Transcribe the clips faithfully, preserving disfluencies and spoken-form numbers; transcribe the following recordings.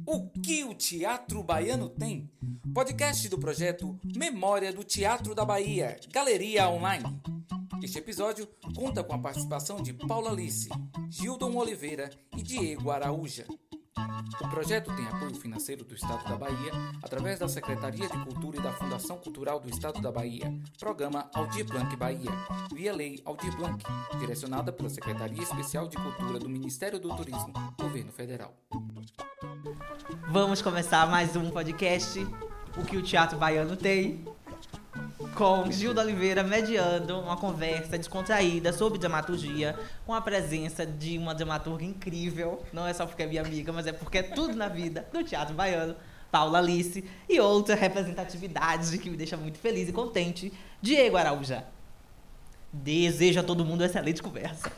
O que o Teatro Baiano tem? Podcast do projeto Memória do Teatro da Bahia, Galeria Online. Este episódio conta com a participação de Paula Alice, Gildon Oliveira e Diego Araújo. O projeto tem apoio financeiro do Estado da Bahia, através da Secretaria de Cultura e da Fundação Cultural do Estado da Bahia, Programa Aldir Blanc Bahia, via Lei Aldir Blanc, direcionada pela Secretaria Especial de Cultura do Ministério do Turismo, Governo Federal. Vamos começar mais um podcast, O que o Teatro Baiano tem, com Gilda Oliveira mediando uma conversa descontraída sobre dramaturgia, com a presença de uma dramaturga incrível, não é só porque é minha amiga, mas é porque é tudo na vida do Teatro Baiano, Paula Alice, e outra representatividade que me deixa muito feliz e contente, Diego Araújo. Desejo a todo mundo uma excelente conversa.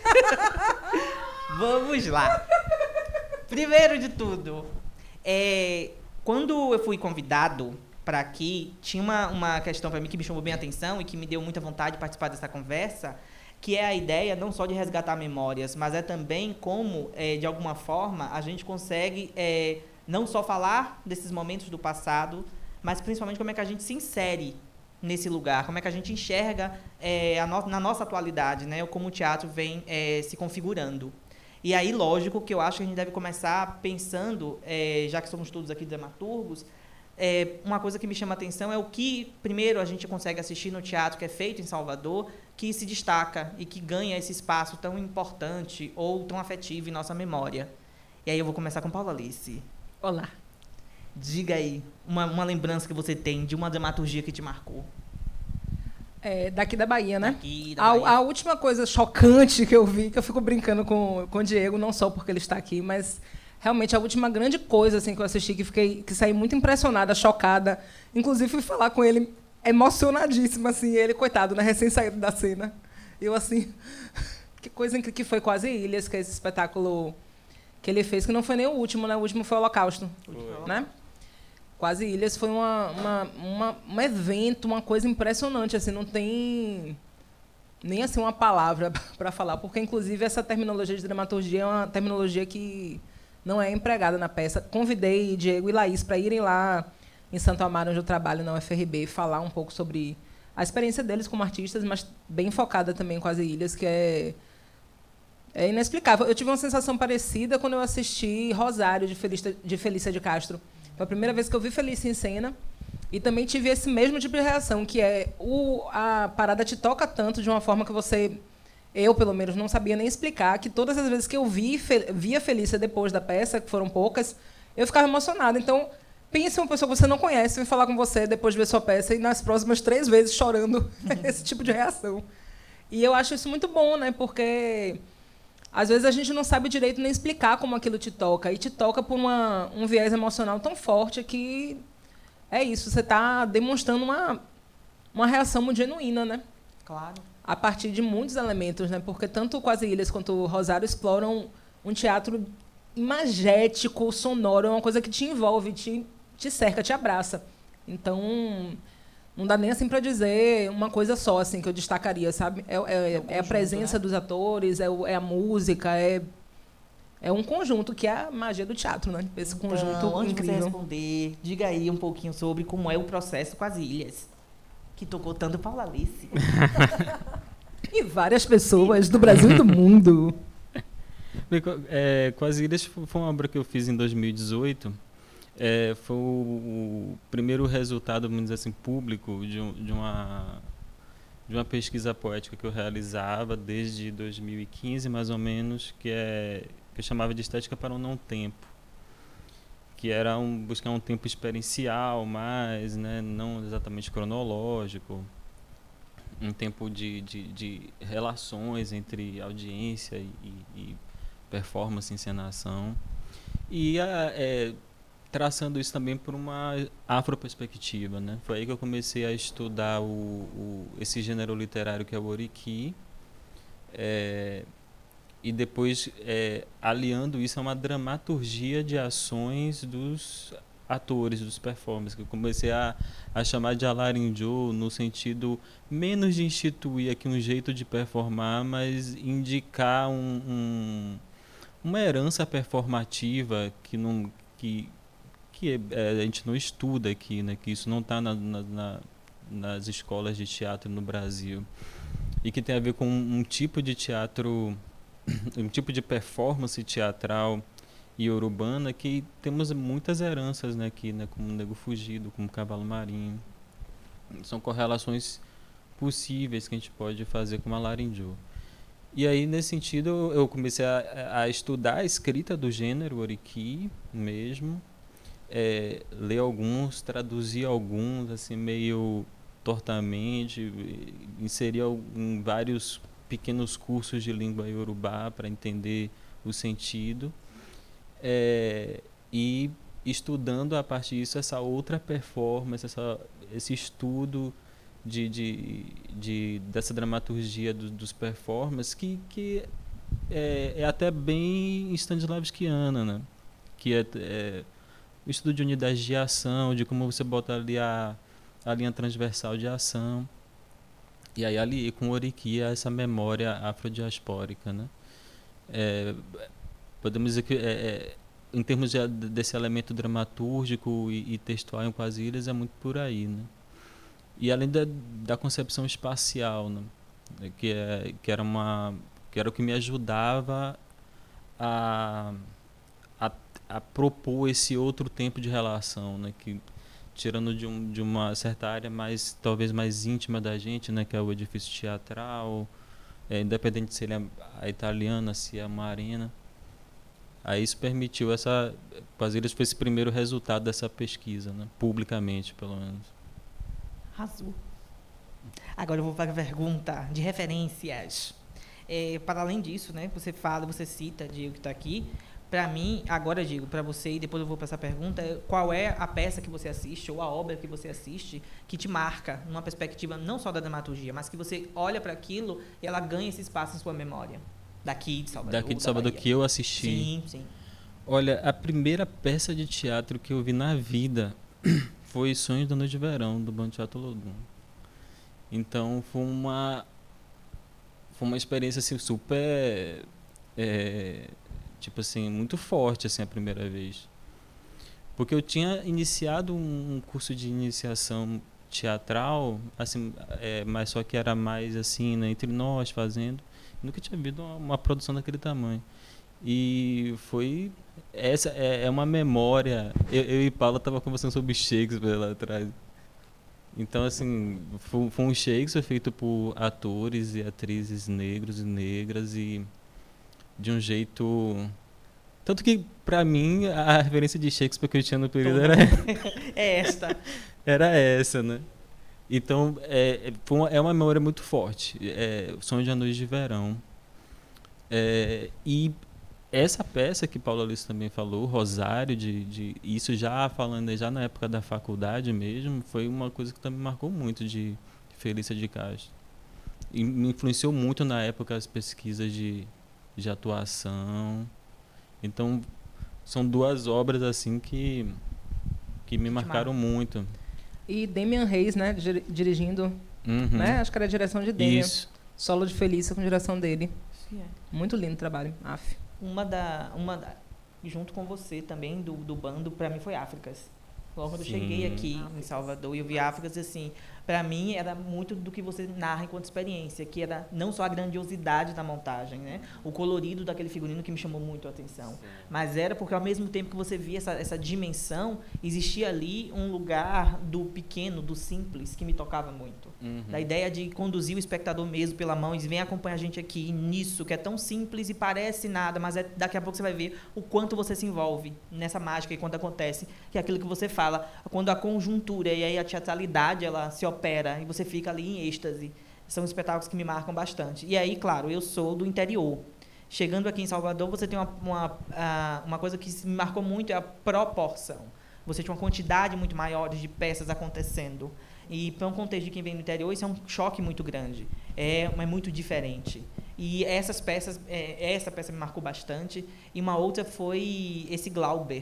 Vamos lá. Primeiro de tudo, é, quando eu fui convidado para aqui, tinha uma, uma questão para mim que me chamou bem a atenção e que me deu muita vontade de participar dessa conversa, que é a ideia não só de resgatar memórias, mas é também como, é, de alguma forma, a gente consegue é, não só falar desses momentos do passado, mas principalmente como é que a gente se insere nesse lugar, como é que a gente enxerga é, a no, na nossa atualidade, né, como o teatro vem é, se configurando. E aí, lógico, que eu acho que a gente deve começar pensando, é, já que somos todos aqui dramaturgos, é, uma coisa que me chama a atenção é o que, primeiro, a gente consegue assistir no teatro que é feito em Salvador, que se destaca e que ganha esse espaço tão importante ou tão afetivo em nossa memória. E aí eu vou começar com Paula Alice. Olá. Diga aí, uma, uma lembrança que você tem de uma dramaturgia que te marcou. É, daqui da Bahia, né? Daqui da a, Bahia. a última coisa chocante que eu vi, que eu fico brincando com, com o Diego, não só porque ele está aqui, mas realmente a última grande coisa assim, que eu assisti, que, fiquei, que saí muito impressionada, chocada. Inclusive, fui falar com ele emocionadíssima, assim, ele, coitado, né, recém-saído da cena. Eu, assim, que coisa incrível, que foi Quase Ilhas, que é esse espetáculo que ele fez, que não foi nem o último, né? O último foi o Holocausto, foi. Né? Quase Ilhas foi uma, uma, uma, um evento, uma coisa impressionante, assim, não tem nem assim uma palavra para falar, porque, inclusive, essa terminologia de dramaturgia é uma terminologia que não é empregada na peça. Convidei Diego e Laís para irem lá em Santo Amaro, onde eu trabalho, na U F R B, falar um pouco sobre a experiência deles como artistas, mas bem focada também em Quase Ilhas, que é, é inexplicável. Eu tive uma sensação parecida quando eu assisti Rosário, de Felícia de, Felícia de Castro. Foi a primeira vez que eu vi Felícia em cena e também tive esse mesmo tipo de reação, que é o, a parada te toca tanto de uma forma que você, eu pelo menos, não sabia nem explicar, que todas as vezes que eu vi, fe, via Felícia depois da peça, que foram poucas, eu ficava emocionada. Então, pense uma pessoa que você não conhece, vem falar com você depois de ver sua peça e nas próximas três vezes chorando esse tipo de reação. E eu acho isso muito bom, né? Porque às vezes a gente não sabe direito nem explicar como aquilo te toca. E te toca por uma, um viés emocional tão forte que é isso. Você está demonstrando uma, uma reação muito genuína, né? Claro. A partir de muitos elementos, né? Porque tanto Quase Ilhas quanto o Rosário exploram um teatro imagético, sonoro. É uma coisa que te envolve, te, te cerca, te abraça. Então, não dá nem assim para dizer uma coisa só assim que eu destacaria, sabe? É, é, é, é, um conjunto, é a presença, né, dos atores, é, o, é a música, é, é um conjunto que é a magia do teatro, né? Esse então, conjunto antes incrível. De você responder, diga aí um pouquinho sobre como é o processo Quase Ilhas, que tocou tanto Paula Alice. E várias pessoas do Brasil e do mundo. É, Quase Ilhas foi uma obra que eu fiz em dois mil e dezoito. É, foi o, o primeiro resultado, vamos dizer assim, público de, um, de, uma, de uma pesquisa poética que eu realizava desde dois mil e quinze, mais ou menos, que, é, que eu chamava de Estética para um Não-Tempo, que era um, buscar um tempo experiencial, mas, né, não exatamente cronológico, um tempo de, de, de relações entre audiência e, e performance, encenação. E a, é, traçando isso também por uma afroperspectiva, né? Foi aí que eu comecei a estudar o, o, esse gênero literário que é o Oriki, é, e depois é, aliando isso a uma dramaturgia de ações dos atores, dos performers, que eu comecei a, a chamar de Alarinjo no sentido menos de instituir aqui um jeito de performar, mas indicar um, um, uma herança performativa que não que, que é, a gente não estuda aqui, né? Que isso não está na, na, na, nas escolas de teatro no Brasil. E que tem a ver com um, um tipo de teatro, um tipo de performance teatral e urbana que temos muitas heranças, né, aqui, né, como Nego Fugido, como Cavalo Marinho. São correlações possíveis que a gente pode fazer com a Larinjô. E aí, nesse sentido, eu comecei a, a estudar a escrita do gênero Oriki mesmo, é, ler alguns, traduzir alguns, assim, meio tortamente, inserir em vários pequenos cursos de língua iorubá para entender o sentido. É, e estudando a partir disso essa outra performance, essa, esse estudo de, de, de, dessa dramaturgia do, dos performances que, que é, é até bem stanislavskiana, né? Que é, é o estudo de unidades de ação, de como você bota ali a, a linha transversal de ação. E aí ali com o Oriki essa memória afrodiaspórica, né? É, podemos dizer que, é, é, em termos de, desse elemento dramatúrgico e, e textual em Quasílias, é muito por aí, né? E além da, da concepção espacial, né? que, é, que, era uma, que era o que me ajudava a, a, a propor esse outro tempo de relação, né? Que, tirando de, um, de uma certa área mais, talvez mais íntima da gente, né? Que é o edifício teatral, é, independente se ele é a italiana, se é uma arena. Aí isso permitiu essa... Quasílias foi esse primeiro resultado dessa pesquisa, né? Publicamente, pelo menos. Arrasou. Agora eu vou para a pergunta de referências. É, para além disso, né? Você fala, você cita, Diego, que está aqui. Para mim, agora digo para você, e depois eu vou para essa pergunta, qual é a peça que você assiste ou a obra que você assiste que te marca numa perspectiva não só da dramaturgia, mas que você olha para aquilo e ela ganha esse espaço em sua memória? Daqui de Salvador. Daqui de Salvador que eu assisti. Sim, sim. Olha, a primeira peça de teatro que eu vi na vida foi Sonhos da Noite de Verão, do Bando Teatro Lodum. Então foi uma, foi uma experiência assim, super... É, tipo assim, muito forte assim, a primeira vez. Porque eu tinha iniciado um curso de iniciação teatral, assim, é, mas só que era mais assim, né, entre nós fazendo. Nunca tinha visto uma, uma produção daquele tamanho. E foi... Essa é, é uma memória... Eu, eu e Paula tava conversando sobre Shakespeare lá atrás. Então, assim, foi, foi um Shakespeare feito por atores e atrizes negros e negras e de um jeito... Tanto que, pra mim, a referência de Shakespeare que eu tinha no período era... É esta. Era essa, né? Então, é, foi uma, é uma memória muito forte. É, Sonhos de Noite de Verão. É, e essa peça que Paula Alice também falou, Rosário, de, de, isso já falando já na época da faculdade mesmo, foi uma coisa que também marcou muito de Felícia de Castro. E me influenciou muito na época as pesquisas de, de atuação. Então, são duas obras assim que, que me marcaram muito. E Damian Reis, né, dir- dirigindo, Uhum. né? Acho que era a direção de Damian. Isso. Solo de Felícia com direção dele. Sim, é. Muito lindo o trabalho. Aff. Uma da, uma da, junto com você também do, do bando, para mim foi Áfricas. Logo quando eu Sim. cheguei aqui em Salvador e eu vi Áfricas, assim, para mim era muito do que você narra enquanto experiência, que era não só a grandiosidade da montagem, né? O colorido daquele figurino que me chamou muito a atenção. Sim. Mas era porque ao mesmo tempo que você via essa, essa dimensão, existia ali um lugar do pequeno, do simples, que me tocava muito. Uhum. Da ideia de conduzir o espectador mesmo pela mão e vem acompanhar a gente aqui nisso, que é tão simples e parece nada, mas é, daqui a pouco você vai ver o quanto você se envolve nessa mágica e quando acontece, que é aquilo que você fala, quando a conjuntura e aí a teatralidade ela se opera e você fica ali em êxtase. São espetáculos que me marcam bastante. E aí, claro, eu sou do interior. Chegando aqui em Salvador, você tem uma, uma, uma coisa que me marcou muito, é a proporção. Você tinha uma quantidade muito maior de peças acontecendo. E para um contexto de quem vem do interior, isso é um choque muito grande. É, é muito diferente. E essas peças, é, essa peça me marcou bastante. E uma outra foi esse Glauber.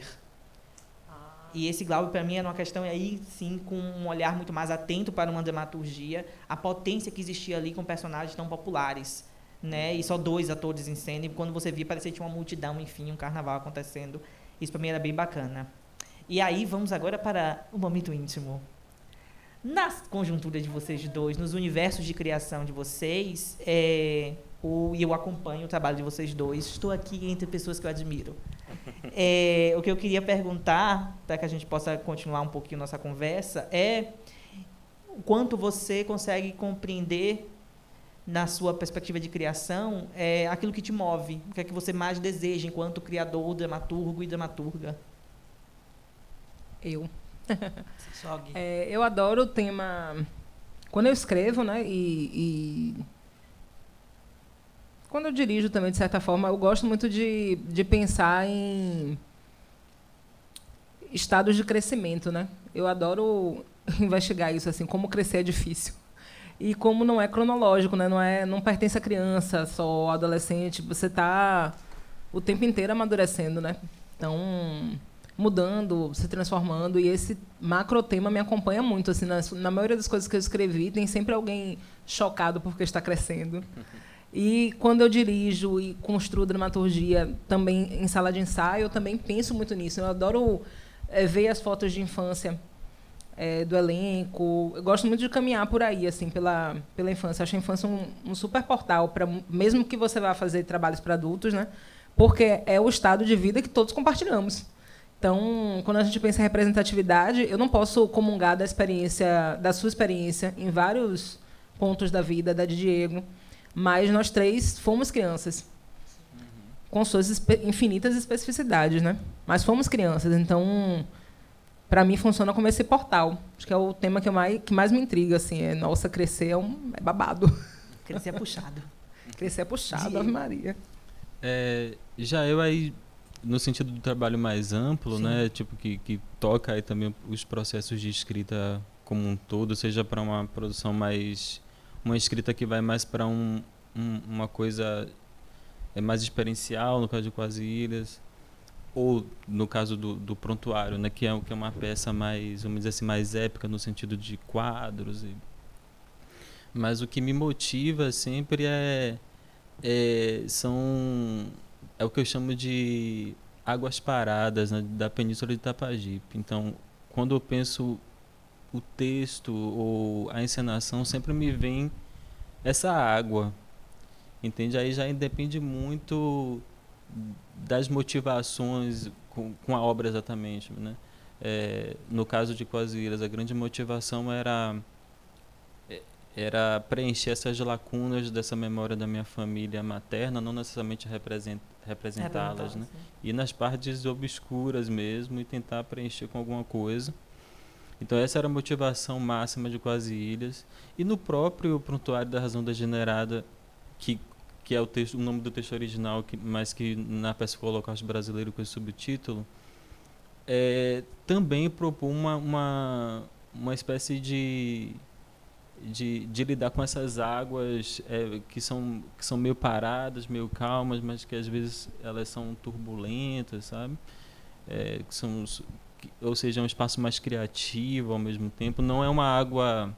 E esse Glauber, para mim, era uma questão, aí sim, com um olhar muito mais atento para uma dramaturgia, a potência que existia ali com personagens tão populares, né? E só dois atores em cena, e quando você via, parecia que tinha uma multidão, enfim, um carnaval acontecendo. Isso para mim era bem bacana. E aí vamos agora para o momento íntimo. Na conjuntura de vocês dois, nos universos de criação de vocês, é, o, e eu acompanho o trabalho de vocês dois, estou aqui entre pessoas que eu admiro. É, o que eu queria perguntar, para que a gente possa continuar um pouquinho nossa conversa, é o quanto você consegue compreender, na sua perspectiva de criação, é, aquilo que te move, o que é que você mais deseja enquanto criador, dramaturgo e dramaturga. Eu. Jogue. É, eu adoro o tema... Quando eu escrevo, né, e, e... Quando eu dirijo também, de certa forma, eu gosto muito de, de pensar em estados de crescimento, né? Eu adoro investigar isso, assim, como crescer é difícil. E como não é cronológico, né? Não, é, não pertence à criança, só adolescente. Você está o tempo inteiro amadurecendo, né? Então, mudando, se transformando. E esse macro tema me acompanha muito. Assim, na, na maioria das coisas que eu escrevi, tem sempre alguém chocado porque está crescendo. E quando eu dirijo e construo dramaturgia também em sala de ensaio, eu também penso muito nisso. Eu adoro é, ver as fotos de infância é, do elenco. Eu gosto muito de caminhar por aí, assim, pela, pela infância. Eu acho a infância um, um super portal, pra, mesmo que você vá fazer trabalhos para adultos, né? Porque é o estado de vida que todos compartilhamos. Então, quando a gente pensa em representatividade, eu não posso comungar da experiência, da sua experiência em vários pontos da vida, da de Diego, mas nós três fomos crianças, com suas espe- infinitas especificidades, né? Mas fomos crianças, então, para mim, funciona como esse portal. Acho que é o tema que, eu mais, que mais me intriga, assim, é, nossa, crescer é, um, é babado. Crescer é puxado. Crescer é puxado, Diego. Ave Maria. É, já eu aí, no sentido do trabalho mais amplo, Sim. né, tipo que, que toca aí também os processos de escrita como um todo, seja para uma produção mais, uma escrita que vai mais para um, um, uma coisa é mais experiencial, no caso de Quase Ilhas, ou no caso do, do Prontuário, né, que é, que é uma peça mais, vamos dizer assim, mais épica no sentido de quadros. E... Mas o que me motiva sempre é É, são é o que eu chamo de águas paradas, né, da Península de Itapajipe. Então, quando eu penso o texto ou a encenação, sempre me vem essa água, entende? Aí já depende muito das motivações com, com a obra exatamente, né? É, no caso de Quase Ilhas, a grande motivação era era preencher essas lacunas dessa memória da minha família materna, não necessariamente represent, representá-las, né? E nas partes obscuras mesmo, e tentar preencher com alguma coisa. Então essa era a motivação máxima de Quase Ilhas. E no próprio Prontuário da Razão Degenerada, que, que é o, texto, o nome do texto original, que, mas que na peça foi o Holocausto Brasileiro com esse subtítulo, é, também propõe uma, uma, uma espécie de... De, de lidar com essas águas é, que, são, que são meio paradas, meio calmas, mas que às vezes elas são turbulentas, sabe? É, que são, que, ou seja, é um espaço mais criativo ao mesmo tempo. Não é uma água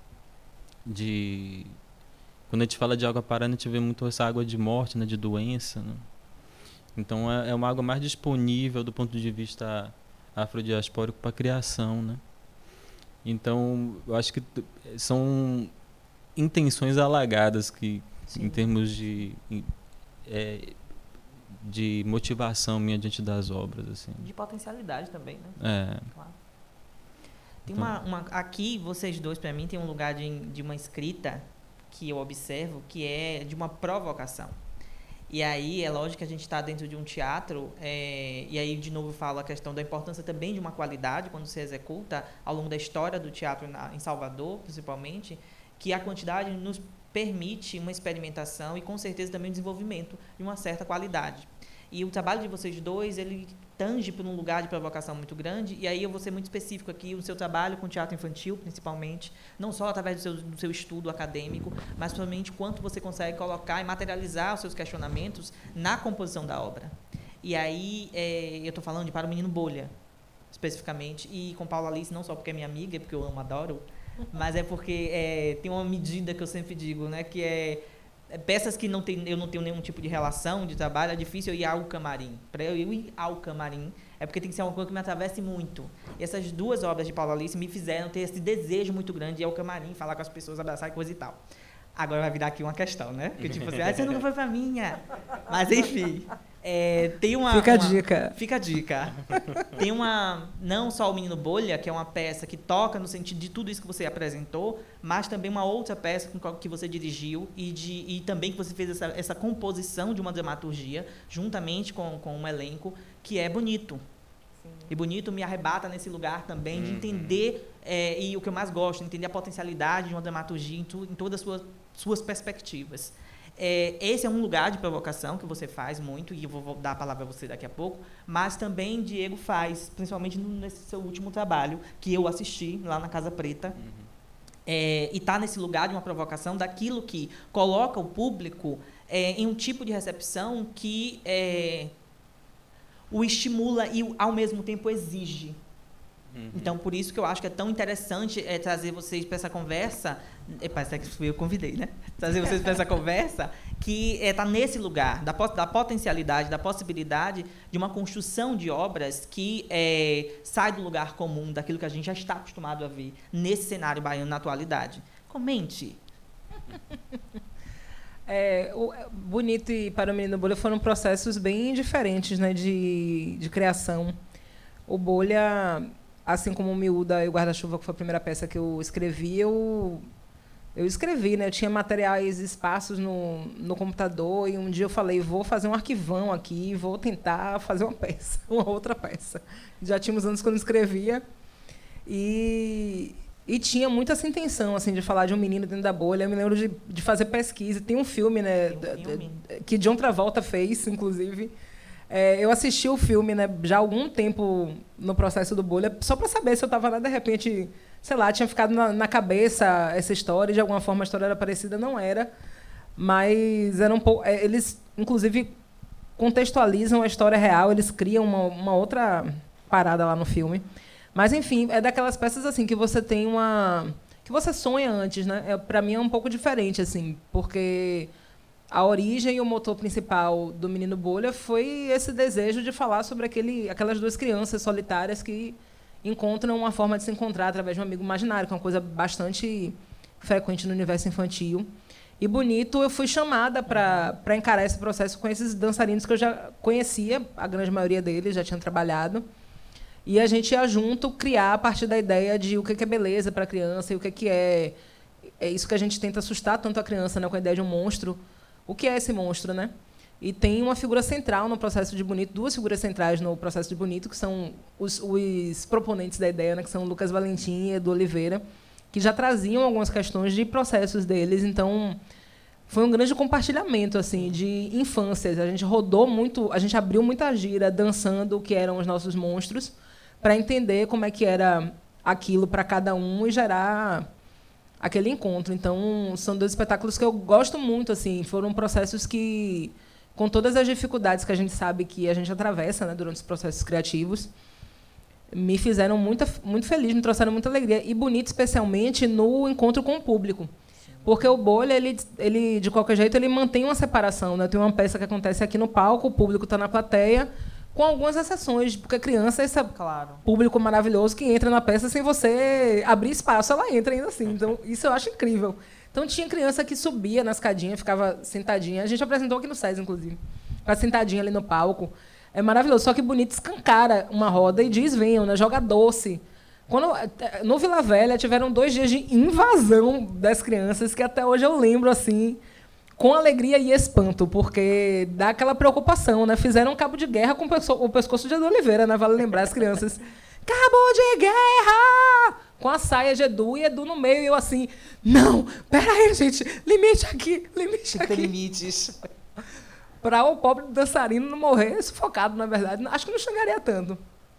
de... Quando a gente fala de água parada, a gente vê muito essa água de morte, né, de doença, né? Então é, é uma água mais disponível do ponto de vista afrodiaspórico para a criação, né? Então, eu acho que são intenções alagadas que, Sim. em termos de, é, de motivação minha diante das obras. Assim. De potencialidade também, né? É. Claro. Tem Então, uma, uma, aqui, vocês dois, para mim, tem um lugar de, de uma escrita que eu observo, que é de uma provocação. E aí, é lógico que a gente está dentro de um teatro, é, e aí, de novo, eu falo a questão da importância também de uma qualidade, quando se executa, ao longo da história do teatro na, em Salvador, principalmente, que a quantidade nos permite uma experimentação e, com certeza, também o desenvolvimento de uma certa qualidade. E o trabalho de vocês dois, ele tange por um lugar de provocação muito grande, e aí eu vou ser muito específico aqui, o seu trabalho com teatro infantil, principalmente, não só através do seu, do seu estudo acadêmico, mas principalmente quanto você consegue colocar e materializar os seus questionamentos na composição da obra. E aí, é, eu estou falando de Para o Menino Bolha, especificamente, e com Paula Alice, não só porque é minha amiga, porque eu amo, adoro, mas é porque é, tem uma medida que eu sempre digo, né, que é peças que não tem, eu não tenho nenhum tipo de relação de trabalho, é difícil eu ir ao camarim. Para eu ir ao camarim, é porque tem que ser uma coisa que me atravesse muito. E essas duas obras de Paula Alice me fizeram ter esse desejo muito grande de ir ao camarim, falar com as pessoas, abraçar e coisa e tal. Agora vai virar aqui uma questão, né? Porque tipo assim, ah, você nunca foi pra minha. Mas enfim, é, tem uma... Fica a uma, dica. Fica a dica. Tem uma... Não só o Menino Bolha, que é uma peça que toca no sentido de tudo isso que você apresentou, mas também uma outra peça que você dirigiu e, de, e também que você fez essa, essa composição de uma dramaturgia, juntamente com, com um elenco, que é Bonito. Sim. E Bonito me arrebata nesse lugar também de entender, é, e o que eu mais gosto, entender a potencialidade de uma dramaturgia em, tu, em todas as suas, suas perspectivas. É, esse é um lugar de provocação que você faz muito, e eu vou dar a palavra a você daqui a pouco, mas também Diego faz, principalmente nesse seu último trabalho, que eu assisti lá na Casa Preta, uhum. é, e está nesse lugar de uma provocação daquilo que coloca o público é, em um tipo de recepção que é, o estimula e, ao mesmo tempo, exige. Uhum. Então, por isso que eu acho que é tão interessante é, trazer vocês para essa conversa, é, parece que eu convidei, né? Trazer vocês para essa conversa, que está é, tá nesse lugar, da, da potencialidade, da possibilidade de uma construção de obras que é, sai do lugar comum, daquilo que a gente já está acostumado a ver nesse cenário baiano na atualidade. Comente. É, o Bonito e Para o Menino Bolha foram processos bem diferentes, né, de, de criação. O Bolha, assim como o Miúda e o Guarda-Chuva, que foi a primeira peça que eu escrevi, eu, eu escrevi, né? Eu tinha materiais espaços no, no computador, e um dia eu falei, vou fazer um arquivão aqui, vou tentar fazer uma peça, uma outra peça. Já tínhamos anos que eu não escrevia. E, e tinha muito essa intenção, assim, de falar de um menino dentro da bolha. Eu me lembro de, de fazer pesquisa. Tem um filme, né, Tem um filme. que John Travolta fez, inclusive. É, eu assisti o filme, né, já há algum tempo no processo do Bolha, só para saber se eu estava lá, de repente, sei lá, tinha ficado na, na cabeça essa história, e de alguma forma a história era parecida, não era, mas era um pouco, é, eles, inclusive, contextualizam a história real, eles criam uma, uma outra parada lá no filme. Mas, enfim, é daquelas peças assim que você tem uma... que você sonha antes, né? É, para mim é um pouco diferente, assim, porque a origem e o motor principal do Menino Bolha foi esse desejo de falar sobre aquele, aquelas duas crianças solitárias que encontram uma forma de se encontrar através de um amigo imaginário, que é uma coisa bastante frequente no universo infantil. E Bonito, eu fui chamada para para encarar esse processo com esses dançarinos que eu já conhecia, a grande maioria deles já tinham trabalhado. E a gente ia junto criar a partir da ideia de o que é beleza para a criança e o que é... É isso que a gente tenta assustar tanto a criança, né, com a ideia de um monstro. O que é esse monstro, né? E tem uma figura central no processo de Bonito, duas figuras centrais no processo de Bonito, que são os, os proponentes da ideia, né, que são Lucas Valentim e Edu Oliveira, que já traziam algumas questões de processos deles. Então, foi um grande compartilhamento, assim, de infâncias. A gente rodou muito, a gente abriu muita gira dançando o que eram os nossos monstros, para entender como é que era aquilo para cada um e gerar aquele encontro. Então, são dois espetáculos que eu gosto muito, assim, foram processos que, com todas as dificuldades que a gente sabe que a gente atravessa, né, durante os processos criativos, me fizeram muito, muito feliz, me trouxeram muita alegria. E Bonito, especialmente, no encontro com o público. Porque o Bolha, ele, ele, de qualquer jeito, ele mantém uma separação, né? Tem uma peça que acontece aqui no palco, o público está na plateia, com algumas exceções, porque a criança é esse claro. público maravilhoso que entra na peça sem você abrir espaço, ela entra ainda assim. Então, isso eu acho incrível. Então, tinha criança que subia na escadinha, ficava sentadinha. A gente apresentou aqui no SES, inclusive. Ficava sentadinha ali no palco. É maravilhoso. Só que Bonito escancara uma roda e diz, venham, né? Joga doce. Quando, no Vila Velha, tiveram dois dias de invasão das crianças, que até hoje eu lembro, assim, com alegria e espanto, porque dá aquela preocupação, né? Fizeram um cabo de guerra com o pescoço de Edu Oliveira, né? Vale lembrar as crianças. Cabo de guerra! Com a saia de Edu e Edu no meio, e eu assim, não, peraí, gente, limite aqui, limite aqui. Tem limites. Para o pobre dançarino não morrer sufocado, na verdade. Acho que não chegaria tanto.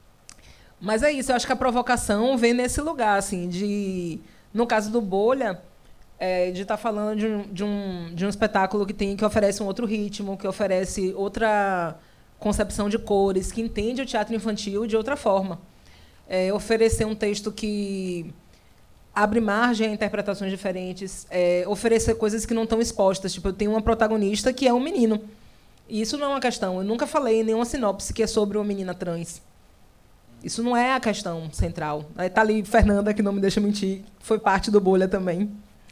Mas é isso, eu acho que a provocação vem nesse lugar, assim, de... No caso do Bolha, é, de estar tá falando de um, de, um, de um espetáculo que, tem, que oferece um outro ritmo, que oferece outra concepção de cores, que entende o teatro infantil de outra forma. É, oferecer um texto que abre margem a interpretações diferentes, é, oferecer coisas que não estão expostas. Tipo, eu tenho uma protagonista que é um menino. E isso não é uma questão. Eu nunca falei em nenhuma sinopse que é sobre uma menina trans. Isso não é a questão central. Está ali Fernanda, que não me deixa mentir, foi parte do Bolha também.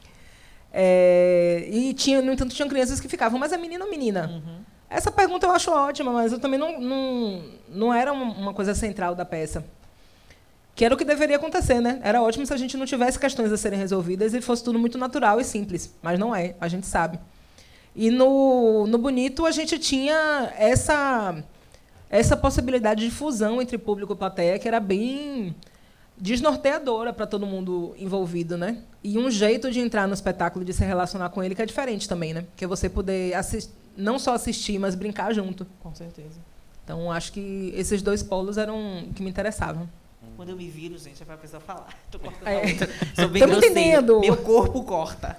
É, e, tinha, no entanto, tinham crianças que ficavam, mas é menino ou menina? Uhum. Essa pergunta eu acho ótima, mas eu também não, não, não era uma coisa central da peça. Que era o que deveria acontecer, né? Era ótimo se a gente não tivesse questões a serem resolvidas e fosse tudo muito natural e simples. Mas não é, a gente sabe. E no, no Bonito a gente tinha essa, essa possibilidade de fusão entre público e plateia que era bem desnorteadora para todo mundo envolvido, né? E um jeito de entrar no espetáculo, de se relacionar com ele, que é diferente também, né? Que é você poder assist, não só assistir, mas brincar junto. Com certeza. Então, acho que esses dois polos eram que me interessavam. Quando eu me viro, gente, é pra pessoa falar. Tô cortando é. a outra. Sou bem grosseira. Entendendo. Meu corpo corta.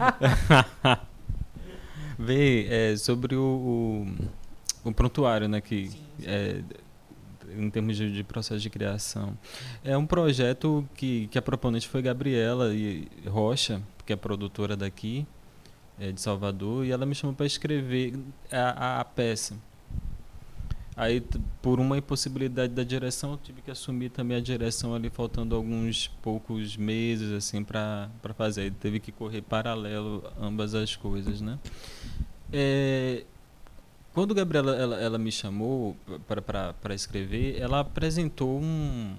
Vê, é, sobre o, o, o prontuário, né? Que, sim, sim. É, em termos de, de processo de criação. É um projeto que, que a proponente foi Gabriela e Rocha, que é produtora daqui, é, de Salvador, e ela me chamou para escrever a, a, a peça. Aí, por uma impossibilidade da direção, eu tive que assumir também a direção ali, faltando alguns poucos meses assim para para fazer. Aí teve que correr paralelo ambas as coisas, né? É, quando a Gabriela ela, ela me chamou para escrever, ela apresentou um,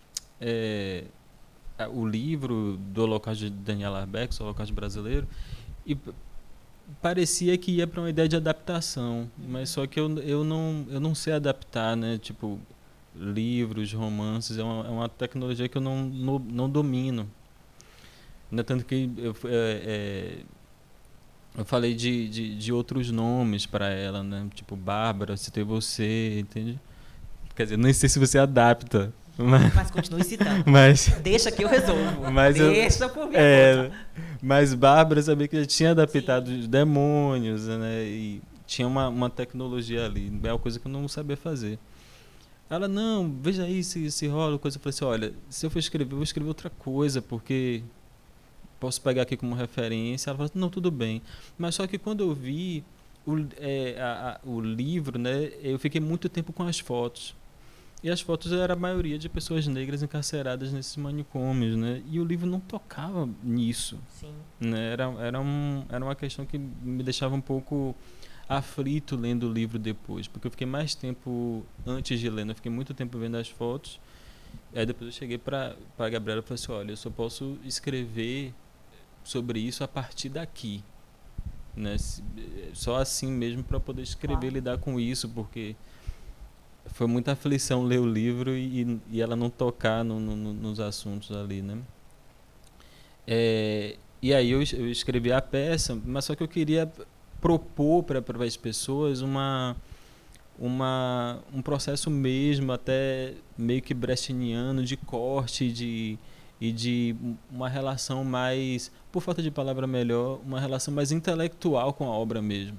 é, o livro do Holocausto de Daniel Arbex, o Holocausto Brasileiro, e parecia que ia para uma ideia de adaptação, mas só que eu, eu, não, eu não sei adaptar, né? Tipo, livros, romances, é uma, é uma tecnologia que eu não, não, não domino. Não é tanto que eu, é, é, eu falei de, de, de outros nomes para ela, né? Tipo, Bárbara, citei você, entende? Quer dizer, não sei se você adapta. Mas, mas continue citando. Mas, deixa que eu resolvo. Mas deixa eu, por minha é, conta. Mas Bárbara sabia que já tinha adaptado Sim. os demônios, né? E tinha uma, uma tecnologia ali. É uma coisa que eu não sabia fazer. Ela, não, veja aí se, se rola coisa. Eu falei assim, olha, se eu for escrever, eu vou escrever outra coisa, porque posso pegar aqui como referência. Ela falou, não, tudo bem. Mas só que quando eu vi o, é, a, a, o livro, né? Eu fiquei muito tempo com as fotos. E as fotos eram a maioria de pessoas negras encarceradas nesses manicômios, né? E o livro não tocava nisso. Sim. Né? Era, era, um, era uma questão que me deixava um pouco aflito lendo o livro depois, porque eu fiquei mais tempo antes de ler, eu fiquei muito tempo vendo as fotos. Aí depois eu cheguei para a Gabriela e falei assim, olha, eu só posso escrever sobre isso a partir daqui. Né? Só assim mesmo para poder escrever, claro. Lidar com isso, porque foi muita aflição ler o livro e, e ela não tocar no, no, nos assuntos ali, né? É, e aí eu, eu escrevi a peça, mas só que eu queria propor para as pessoas uma, uma, um processo mesmo, até meio que brechtianiano, de corte de, e de uma relação mais, por falta de palavra melhor, uma relação mais intelectual com a obra mesmo.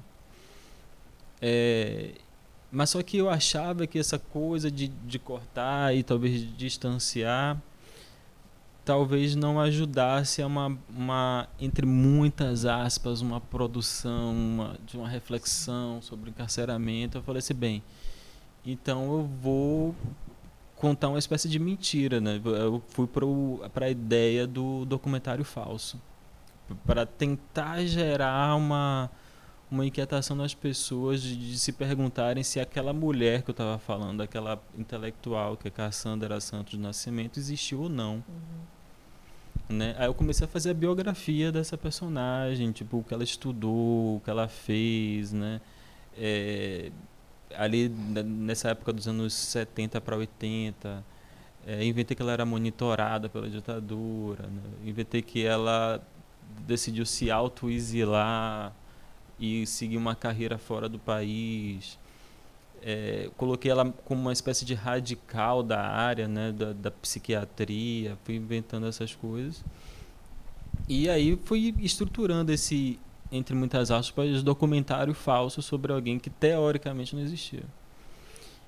É, mas só que eu achava que essa coisa de, de cortar e talvez distanciar talvez não ajudasse a uma, uma, entre muitas aspas, uma produção uma, de uma reflexão sobre encarceramento. Eu falei assim, bem, então eu vou contar uma espécie de mentira, né? Eu fui para a ideia do documentário falso, para tentar gerar uma uma inquietação nas pessoas de, de se perguntarem se aquela mulher que eu estava falando, aquela intelectual que é Cassandra Santos do Nascimento, existiu ou não. Uhum. Né? Aí eu comecei a fazer a biografia dessa personagem, tipo, o que ela estudou, o que ela fez, né? É, ali nessa época dos anos setenta para oitenta, é, inventei que ela era monitorada pela ditadura, né? Inventei que ela decidiu se auto-exilar e seguir uma carreira fora do país. É, coloquei ela como uma espécie de radical da área, né, da, da psiquiatria, fui inventando essas coisas. E aí fui estruturando esse, entre muitas aspas, documentário falso sobre alguém que teoricamente não existia.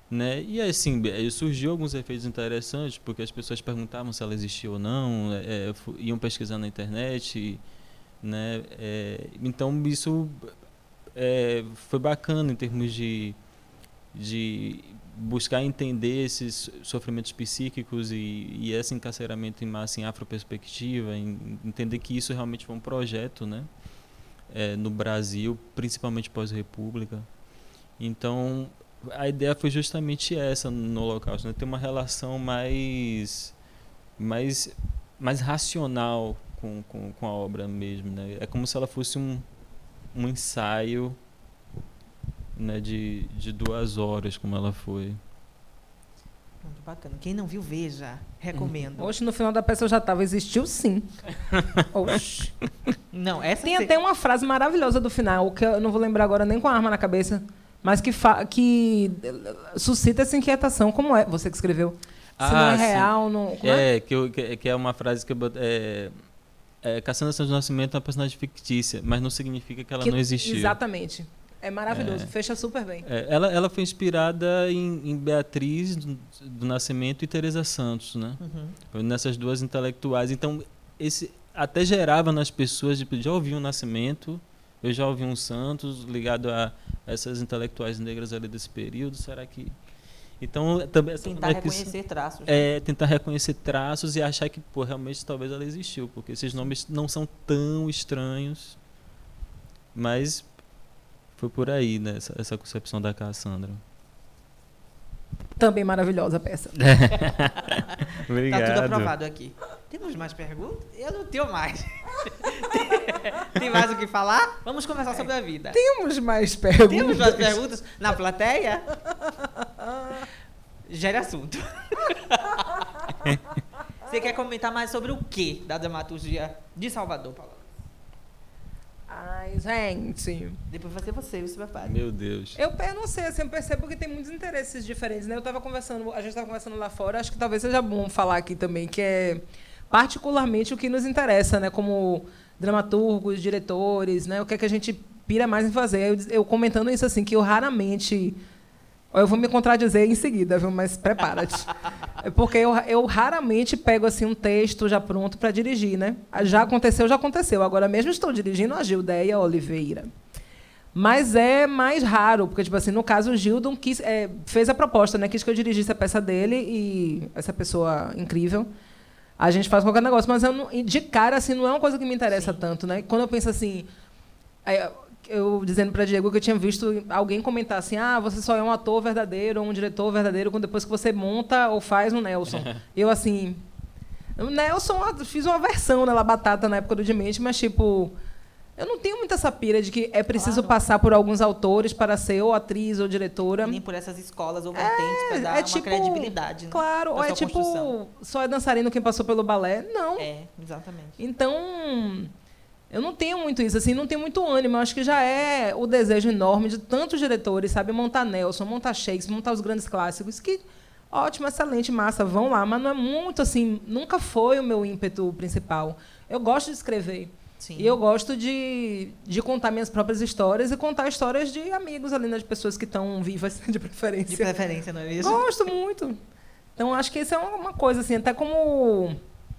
Né? E assim, surgiu alguns efeitos interessantes, porque as pessoas perguntavam se ela existia ou não, é, iam pesquisar na internet, né? É, então isso é, foi bacana em termos de, de buscar entender esses sofrimentos psíquicos e, e esse encarceramento em massa em afroperspectiva, em entender que isso realmente foi um projeto, né? É, no Brasil, principalmente pós-república. Então, a ideia foi justamente essa no Holocausto, né? Ter uma relação mais, mais, mais racional com, com, com a obra mesmo, né? É como se ela fosse um, um ensaio, né, de, de duas horas, como ela foi. Muito bacana. Quem não viu, veja. Recomendo. Hoje, no final da peça, eu já estava. Existiu, sim. Oxi. Não, essa Tem se- até uma frase maravilhosa do final, que eu não vou lembrar agora nem com a arma na cabeça, mas que, fa que suscita essa inquietação. Como é? Você que escreveu. Se não Ah, é sim. real, não... Como é? É, que, eu, que, que é uma frase que eu bot- é, é, Cassandra Santos Nascimento é uma personagem fictícia, mas não significa que ela Que- não existiu. Exatamente. É maravilhoso. É. Fecha super bem. É, ela, ela foi inspirada em, em Beatriz do, do Nascimento e Teresa Santos, né? Uhum. Nessas duas intelectuais. Então, esse até gerava nas pessoas, tipo, já ouvi um Nascimento, eu já ouvi um Santos ligado a essas intelectuais negras ali desse período. Será que... Então, também essa Tentar conexão- reconhecer traços. né? É, tentar reconhecer traços e achar que, pô, realmente talvez ela existiu, porque esses nomes não são tão estranhos, mas foi por aí, né, essa, essa concepção da Cassandra. Também maravilhosa a peça. Obrigado. Tá tudo aprovado aqui. Temos mais perguntas? Eu não tenho mais. Tem mais o que falar? Vamos conversar sobre a vida. Temos mais perguntas. Temos mais perguntas na plateia? Gere assunto. Você quer comentar mais sobre o que da dramaturgia de Salvador, Paulo? Ai, gente. Depois vai ser você, você vai falar. Meu Deus. Eu, eu não sei, assim, eu percebo que tem muitos interesses diferentes, né? Eu tava conversando, a gente estava conversando lá fora, acho que talvez seja bom falar aqui também, que é particularmente o que nos interessa, né? Como dramaturgos, diretores, né? O que é que a gente pira mais em fazer. Eu, eu comentando isso assim, que eu raramente... Eu vou me contradizer em seguida, viu? Mas prepara-te. É porque eu, eu raramente pego assim um texto já pronto para dirigir, né? Já aconteceu, já aconteceu. Agora mesmo estou dirigindo a Gildeia Oliveira. Mas é mais raro, porque, tipo assim, no caso, o Gildon quis, é, fez a proposta, né? Quis que eu dirigisse a peça dele e essa pessoa incrível. A gente faz qualquer negócio, mas eu não, de cara, assim, não é uma coisa que me interessa Sim. tanto, né? Quando eu penso assim... é, eu dizendo para Diego que eu tinha visto alguém comentar assim, ah, você só é um ator verdadeiro ou um diretor verdadeiro quando depois que você monta ou faz um Nelson. Eu, assim... O Nelson, eu fiz uma versão da La Batata na época do Demente, mas, tipo... Eu não tenho muita essa pira de que é preciso Claro. passar por alguns autores para ser ou atriz ou diretora. Nem por essas escolas ou vertentes para dar é uma tipo- credibilidade. Né? Claro, da ou é sua tipo, construção. só é dançarino quem passou pelo balé. Não. É, exatamente. Então, eu não tenho muito isso, assim, não tenho muito ânimo. Eu acho que já é o desejo enorme de tantos diretores, sabe? Montar Nelson, montar Shakespeare, montar os grandes clássicos, que, ótimo, excelente, massa, vão lá. Mas não é muito, assim, nunca foi o meu ímpeto principal. Eu gosto de escrever. Sim. E eu gosto de, de contar minhas próprias histórias e contar histórias de amigos ali, né, de pessoas que estão vivas, de preferência. De preferência, não é mesmo? Gosto muito. Então, acho que isso é uma uma coisa, assim, até como...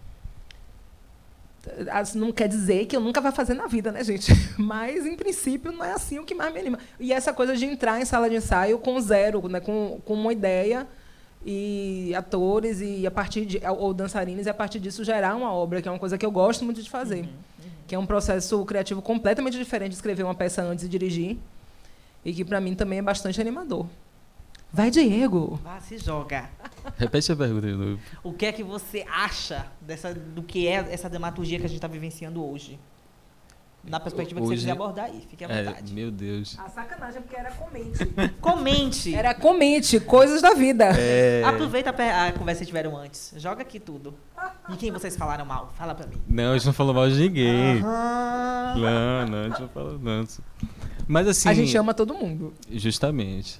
Assim, não quer dizer que eu nunca vá fazer na vida, né, gente? Mas, em princípio, não é assim o que mais me anima. E essa coisa de entrar em sala de ensaio com zero, né, com, com uma ideia e atores e a partir de, ou dançarinos, e a partir disso gerar uma obra, que é uma coisa que eu gosto muito de fazer. Uhum, uhum. Que é um processo criativo completamente diferente de escrever uma peça antes de dirigir. E que, para mim, também é bastante animador. Vai, Diego! Vá, se joga. Repete a pergunta de novo. O que é que você acha dessa, do que é essa dramaturgia que a gente está vivenciando hoje? Na perspectiva que você Hoje- quiser abordar aí, fique à É, vontade. meu Deus. A sacanagem é porque era comente. Comente! Era comente, coisas da vida. É... Aproveita a, pe- a conversa que tiveram antes. Joga aqui tudo. De quem vocês falaram mal? Fala pra mim. Não, a gente não falou mal de ninguém. Aham. Não, não, a gente não falou não. Mas assim... A gente ama todo mundo. Justamente.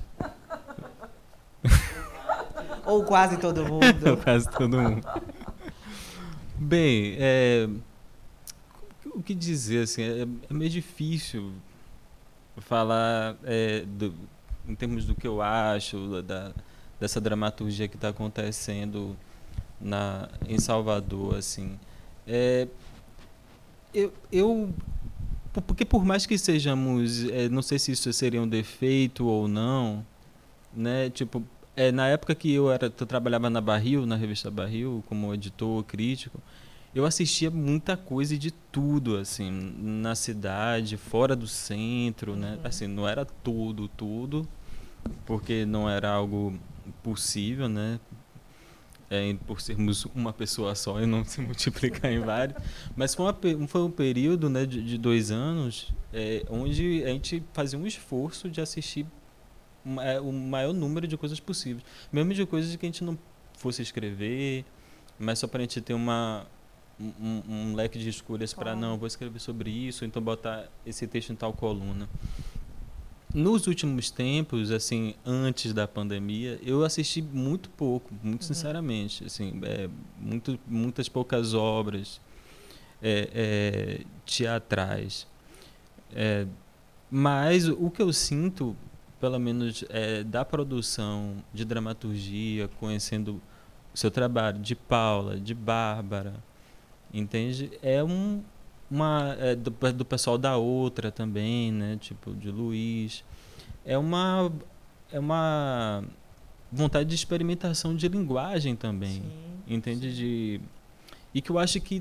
Ou quase todo mundo. Quase todo mundo. Bem, é, o que dizer, assim, é, é meio difícil falar é, do, em termos do que eu acho, da, dessa dramaturgia que está acontecendo na, em Salvador, assim. É, eu, eu, porque por mais que sejamos, é, não sei se isso seria um defeito ou não, né? Tipo, é, na época que eu era, eu trabalhava na Barril, na revista Barril, como editor, crítico, eu assistia muita coisa de tudo, assim, na cidade, fora do centro, né? Assim, não era tudo, tudo, porque não era algo possível, né? É, por sermos uma pessoa só e não se multiplicar em vários. Mas foi, uma, foi um período, né, de, de dois anos é, onde a gente fazia um esforço de assistir uma, o maior número de coisas possíveis. Mesmo de coisas que a gente não fosse escrever, mas só para a gente ter uma... Um, um leque de escolhas para não, vou escrever sobre isso, então botar esse texto em tal coluna. Nos últimos tempos, assim, antes da pandemia, eu assisti muito pouco, muito uhum. sinceramente, assim, é, muito, muitas poucas obras é, é, teatrais. É, mas o que eu sinto, pelo menos é, da produção de dramaturgia, conhecendo o seu trabalho, de Paula, de Bárbara, entende? É um uma é, do, do pessoal da Outra também, né? Tipo de Luiz. É uma é uma vontade de experimentação de linguagem também, sim, entende? Sim. De e que eu acho que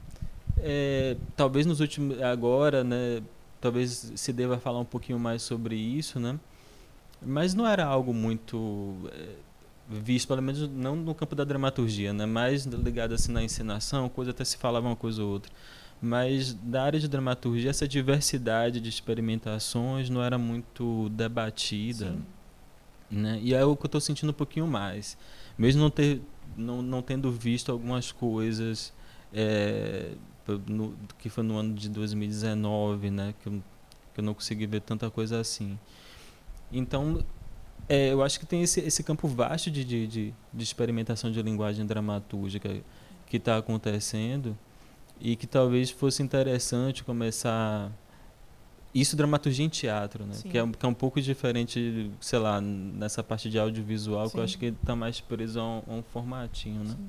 é, talvez nos últimos agora, né? Talvez se deva falar um pouquinho mais sobre isso, né? Mas não era algo muito é, visto, pelo menos não no campo da dramaturgia, né? Mais ligado assim na encenação, coisa até se falava uma coisa ou outra. Mas da área de dramaturgia, essa diversidade de experimentações não era muito debatida, né? E é o que eu estou sentindo um pouquinho mais. Mesmo não, ter, não, não tendo visto algumas coisas, é, no, que foi no ano de dois mil e dezenove, né? Que eu, que eu não consegui ver tanta coisa assim. Então... É, eu acho que tem esse, esse campo vasto de, de, de, de experimentação de linguagem dramatúrgica que está acontecendo e que talvez fosse interessante começar... Isso, dramaturgia em teatro, né? Que é, que é um pouco diferente, sei lá, nessa parte de audiovisual, sim, que eu acho que está mais preso a um, a um formatinho, né?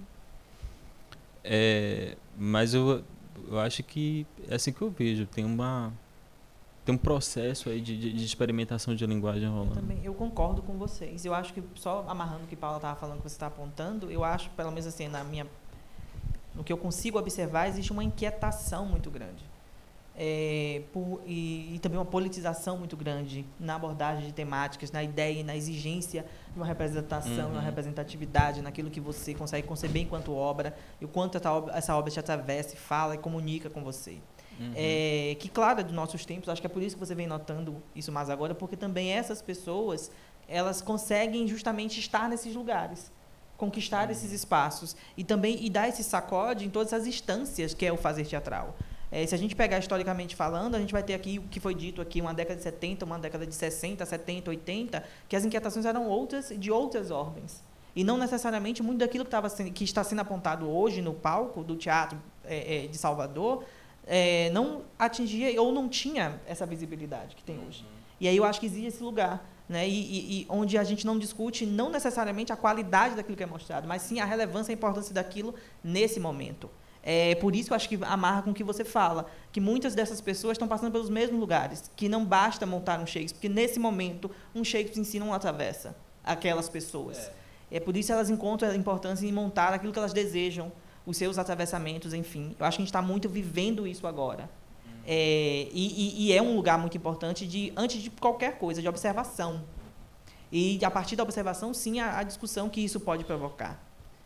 É, mas eu, eu acho que é assim que eu vejo. Tem uma... Tem um processo aí de, de, de experimentação de linguagem rolando. Eu também, eu concordo com vocês. Eu acho que, só amarrando o que Paula estava falando, que você está apontando, eu acho, pelo menos assim, na minha, no que eu consigo observar, existe uma inquietação muito grande. É, por, e, e também uma politização muito grande na abordagem de temáticas, na ideia e na exigência de uma representação, uhum. uma representatividade naquilo que você consegue conceber enquanto obra, e o quanto essa obra, essa obra te atravessa, fala e comunica com você. Uhum. É, que, claro, é dos nossos tempos, acho que é por isso que você vem notando isso mais agora, porque também essas pessoas, elas conseguem justamente estar nesses lugares, conquistar uhum. esses espaços, e também e dar esse sacode em todas as instâncias que é o fazer teatral. É, se a gente pegar historicamente falando, a gente vai ter aqui o que foi dito aqui, uma década de setenta, uma década de sessenta, setenta, oitenta, que as inquietações eram outras, de outras ordens. E não necessariamente muito daquilo que, tava, que está sendo apontado hoje no palco do Teatro é, é, de Salvador, É, não atingia ou não tinha essa visibilidade que tem hoje. E aí eu acho que existe esse lugar, né? e, e, e onde a gente não discute não necessariamente a qualidade daquilo que é mostrado, mas sim a relevância e a importância daquilo nesse momento. É por isso que eu acho que amarra com o que você fala, que muitas dessas pessoas estão passando pelos mesmos lugares, que não basta montar um Shakespeare, porque nesse momento um Shakespeare em si não atravessa aquelas pessoas. É, é por isso que elas encontram a importância em montar aquilo que elas desejam, os seus atravessamentos, enfim. Eu acho que a gente está muito vivendo isso agora. Uhum. É, e, e é um lugar muito importante, de, antes de qualquer coisa, de observação. E, a partir da observação, sim, a, a discussão que isso pode provocar.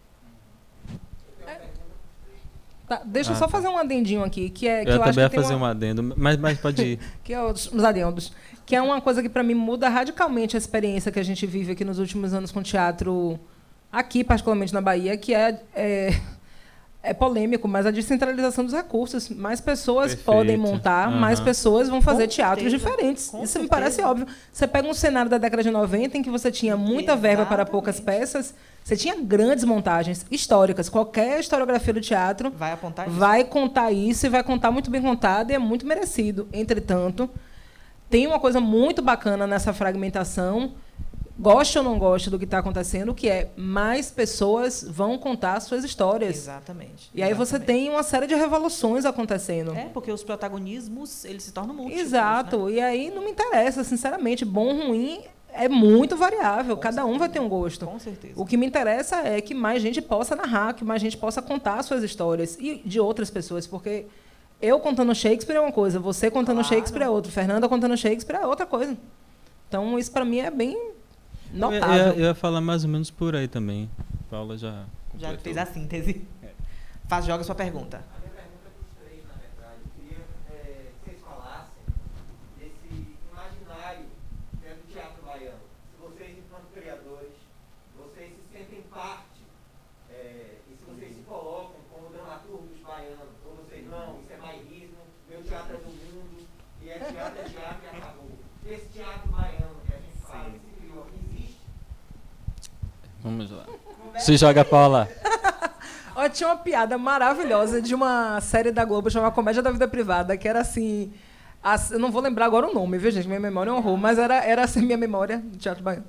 É. Tá, deixa eu ah, só fazer um adendinho aqui. Que é, que eu, eu também acho que ia fazer uma... um adendo, mas, mas pode ir. que é os, os adendos. Que é uma coisa que, para mim, muda radicalmente a experiência que a gente vive aqui nos últimos anos com teatro, aqui, particularmente na Bahia, que é... é É polêmico, mas a descentralização dos recursos. Mais pessoas Perfeito. podem montar, uhum. mais pessoas vão fazer com teatros certeza. diferentes. Com Isso certeza. me parece óbvio. Você pega um cenário da década de noventa, em que você tinha muita Exatamente. verba para poucas peças, você tinha grandes montagens históricas. Qualquer historiografia do teatro vai apontar isso. vai contar isso e vai contar muito bem contado, e é muito merecido. Entretanto, tem uma coisa muito bacana nessa fragmentação, goste ou não goste do que está acontecendo, que é mais pessoas vão contar suas histórias. Exatamente. E aí exatamente. você tem uma série de revoluções acontecendo. É, porque os protagonismos, eles se tornam múltiplos. Exato. Né? E aí não me interessa, sinceramente. Bom ou ruim é muito variável. Com Cada certeza. um vai ter um gosto. Com certeza. O que me interessa é que mais gente possa narrar, que mais gente possa contar suas histórias. E de outras pessoas, porque eu contando Shakespeare é uma coisa, você contando Claro. Shakespeare é outra, Fernanda contando Shakespeare é outra coisa. Então, isso para mim é bem Eu, notável. ia- eu ia falar mais ou menos por aí também. Paula já Já completou. fez a síntese. Faz, joga sua pergunta. A minha pergunta para os três, na verdade, eu queria eh, que vocês falassem desse imaginário que é do teatro baiano. Se vocês, enquanto criadores, vocês se sentem parte, eh, e se vocês se colocam como dramaturgos baianos, ou vocês, não, isso é bairrismo, meu teatro é do mundo, e é teatro, é teatro e acabou. Esse teatro baiano que a gente fala, que se criou, existe? Vamos lá. Se joga, Paula. Olha, tinha uma piada maravilhosa de uma série da Globo chamada Comédia da Vida Privada, que era assim... as- eu não vou lembrar agora o nome, viu, gente? Minha memória é um horror, mas era, era assim, minha memória do teatro baiano.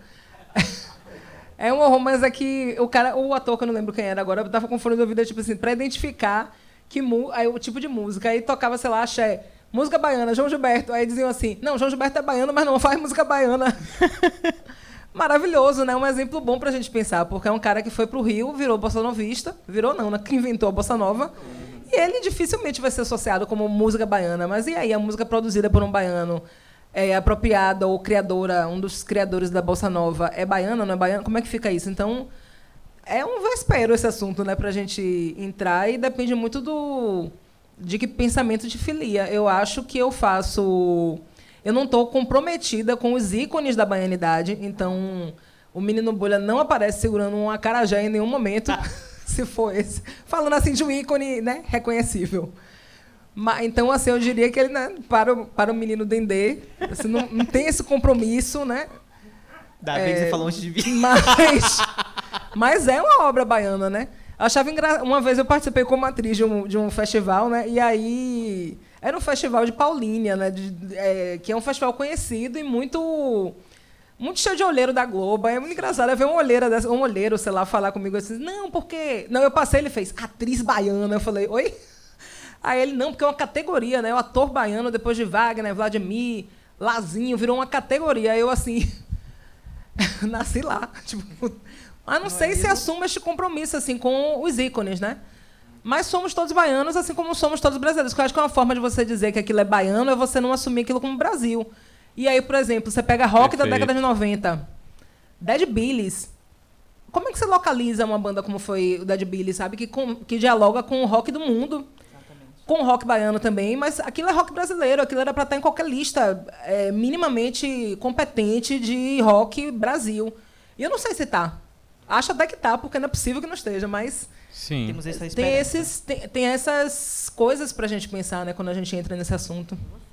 É um horror, mas é que o cara, o ator, que eu não lembro quem era agora, eu tava com fone de ouvido, tipo assim, pra identificar que mu aí, o tipo de música. Aí tocava, sei lá, axé, música baiana, João Gilberto. Aí diziam assim, não, João Gilberto é baiano, mas não faz música baiana. Maravilhoso, né? Um exemplo bom pra gente pensar, porque é um cara que foi pro Rio, virou bossa novista, virou não, né? Que inventou a bossa nova, e ele dificilmente vai ser associado como música baiana, mas e aí, a música produzida por um baiano, é apropriada ou criadora, um dos criadores da bossa nova, é baiana, não é baiana? Como é que fica isso? Então, é um vespero esse assunto, né, pra gente entrar, e depende muito do de que pensamento de filia. Eu acho que eu faço... Eu não estou comprometida com os ícones da baianidade, então o Menino Bolha não aparece segurando um acarajé em nenhum momento, se for esse. Falando assim de um ícone, né, reconhecível. Mas, então, assim, eu diria que ele, né, para, o, para o menino Dendê, assim, não, não tem esse compromisso, né? Ainda bem que você falou antes de vir. Mas, mas é uma obra baiana, né? Eu achava engra... Uma vez eu participei como atriz de um, de um festival, né? E aí... Era um festival de Paulínia, né? De, é, que é um festival conhecido e muito... Muito cheio de olheiro da Globo. É muito engraçado. Eu ver um olheiro, dessa, um olheiro, sei lá, falar comigo assim, não, porque... Não, eu passei, ele fez, atriz baiana. Eu falei, oi? Aí ele, não, porque é uma categoria, né? O ator baiano, depois de Wagner, Vladimir, Lazinho, virou uma categoria. Aí eu, assim... nasci lá. Tipo... Mas não, não sei é se assume este compromisso assim, com os ícones, né? Mas somos todos baianos, assim como somos todos brasileiros. Porque eu acho que uma forma de você dizer que aquilo é baiano é você não assumir aquilo como Brasil. E aí, por exemplo, você pega rock Perfeito. Da década de noventa, Dead Billies. Como é que você localiza uma banda como foi o Dead Billies, sabe? Que, com, que dialoga com o rock do mundo. Exatamente. Com o rock baiano também, mas aquilo é rock brasileiro. Aquilo era para estar em qualquer lista é, minimamente competente de rock Brasil. E eu não sei se está. Acho até que tá, porque não é possível que não esteja, mas Sim. Temos essa tem, esses, tem, tem essas coisas pra gente pensar, né, quando a gente entra nesse assunto.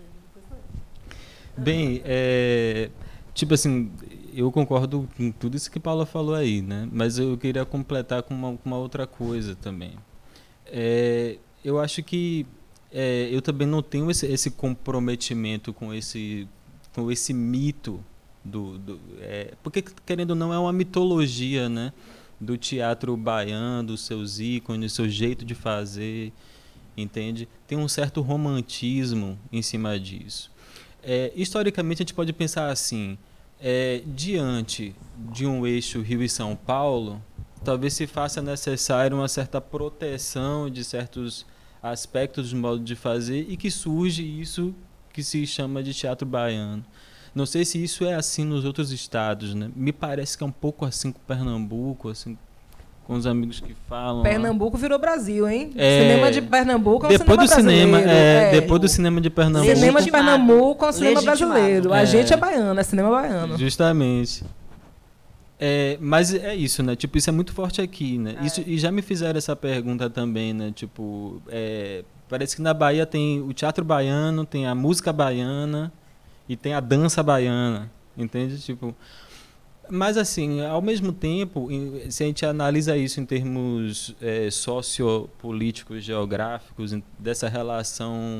Bem, é, tipo assim, eu concordo com tudo isso que Paula falou aí, né? Mas eu queria completar com uma, com uma outra coisa também. É, eu acho que é, eu também não tenho esse, esse comprometimento com esse, com esse mito Do, do, é, porque, querendo ou não, é uma mitologia, né, do teatro baiano, dos seus ícones, seu jeito de fazer, entende? Tem um certo romantismo em cima disso. É, historicamente, a gente pode pensar assim, é, diante de um eixo Rio e São Paulo, talvez se faça necessário uma certa proteção de certos aspectos do modo de fazer e que surge isso que se chama de teatro baiano. Não sei se isso é assim nos outros estados, né? Me parece que é um pouco assim com Pernambuco, assim, com os amigos que falam. Pernambuco lá. Virou Brasil, hein? É, cinema de Pernambuco é um depois cinema do cinema, brasileiro. é, é. Depois do cinema de Pernambuco. Cinema de Pernambuco é um cinema Legitimado. brasileiro. A É. gente é baiano, é cinema baiano. Justamente. É, mas é isso, né? Tipo, isso é muito forte aqui, né? É. Isso, e já me fizeram essa pergunta também, né? Tipo, é, parece que na Bahia tem o teatro baiano, tem a música baiana e tem a dança baiana, entende? Tipo, mas assim, ao mesmo tempo, se a gente analisa isso em termos é, sociopolíticos, geográficos, dessa relação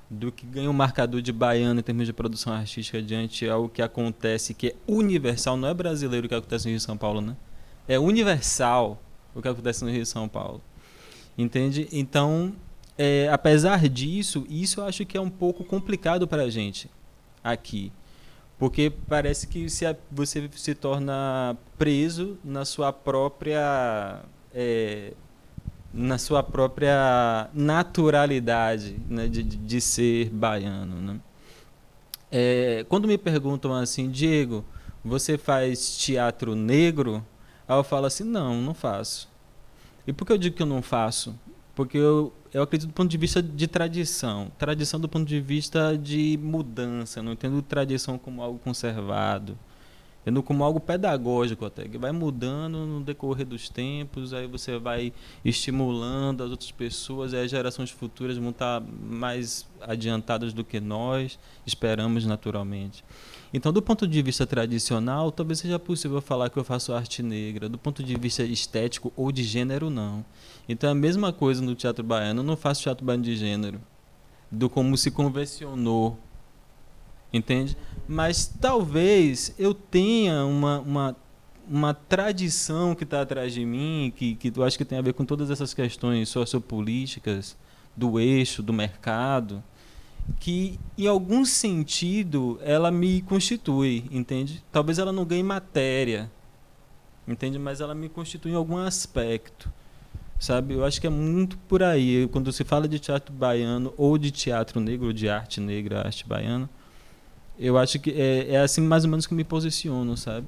do que ganha o marcador de baiano em termos de produção artística diante ao que acontece, que é universal, não é brasileiro o que acontece no Rio e São Paulo, né? É universal o que acontece no Rio e São Paulo. Entende? Então, é, apesar disso, isso eu acho que é um pouco complicado para a gente aqui. Porque parece que se a, você se torna preso na sua própria... É, na sua própria naturalidade, né, de, de ser baiano, né? É, quando me perguntam assim, Diego, você faz teatro negro? Aí eu falo assim, não, não faço. E por que eu digo que eu não faço? Porque eu, eu acredito do ponto de vista de tradição. Tradição do ponto de vista de mudança. Não entendo tradição como algo conservado. Entendo como algo pedagógico até, que vai mudando no decorrer dos tempos, aí você vai estimulando as outras pessoas, aí as gerações futuras vão estar mais adiantadas do que nós esperamos naturalmente. Então, do ponto de vista tradicional, talvez seja possível falar que eu faço arte negra. Do ponto de vista estético ou de gênero, não. Então, é a mesma coisa no teatro baiano. Eu não faço teatro baiano de gênero, do como se convencionou, entende? Mas talvez eu tenha uma, uma, uma tradição que está atrás de mim, que, que eu acho que tem a ver com todas essas questões sociopolíticas, do eixo, do mercado, que em algum sentido ela me constitui, entende? Talvez ela não ganhe matéria, entende? Mas ela me constitui em algum aspecto, sabe? Eu acho que é muito por aí. Quando se fala de teatro baiano ou de teatro negro, ou de arte negra, arte baiana, eu acho que é, é assim mais ou menos que me posiciono, sabe?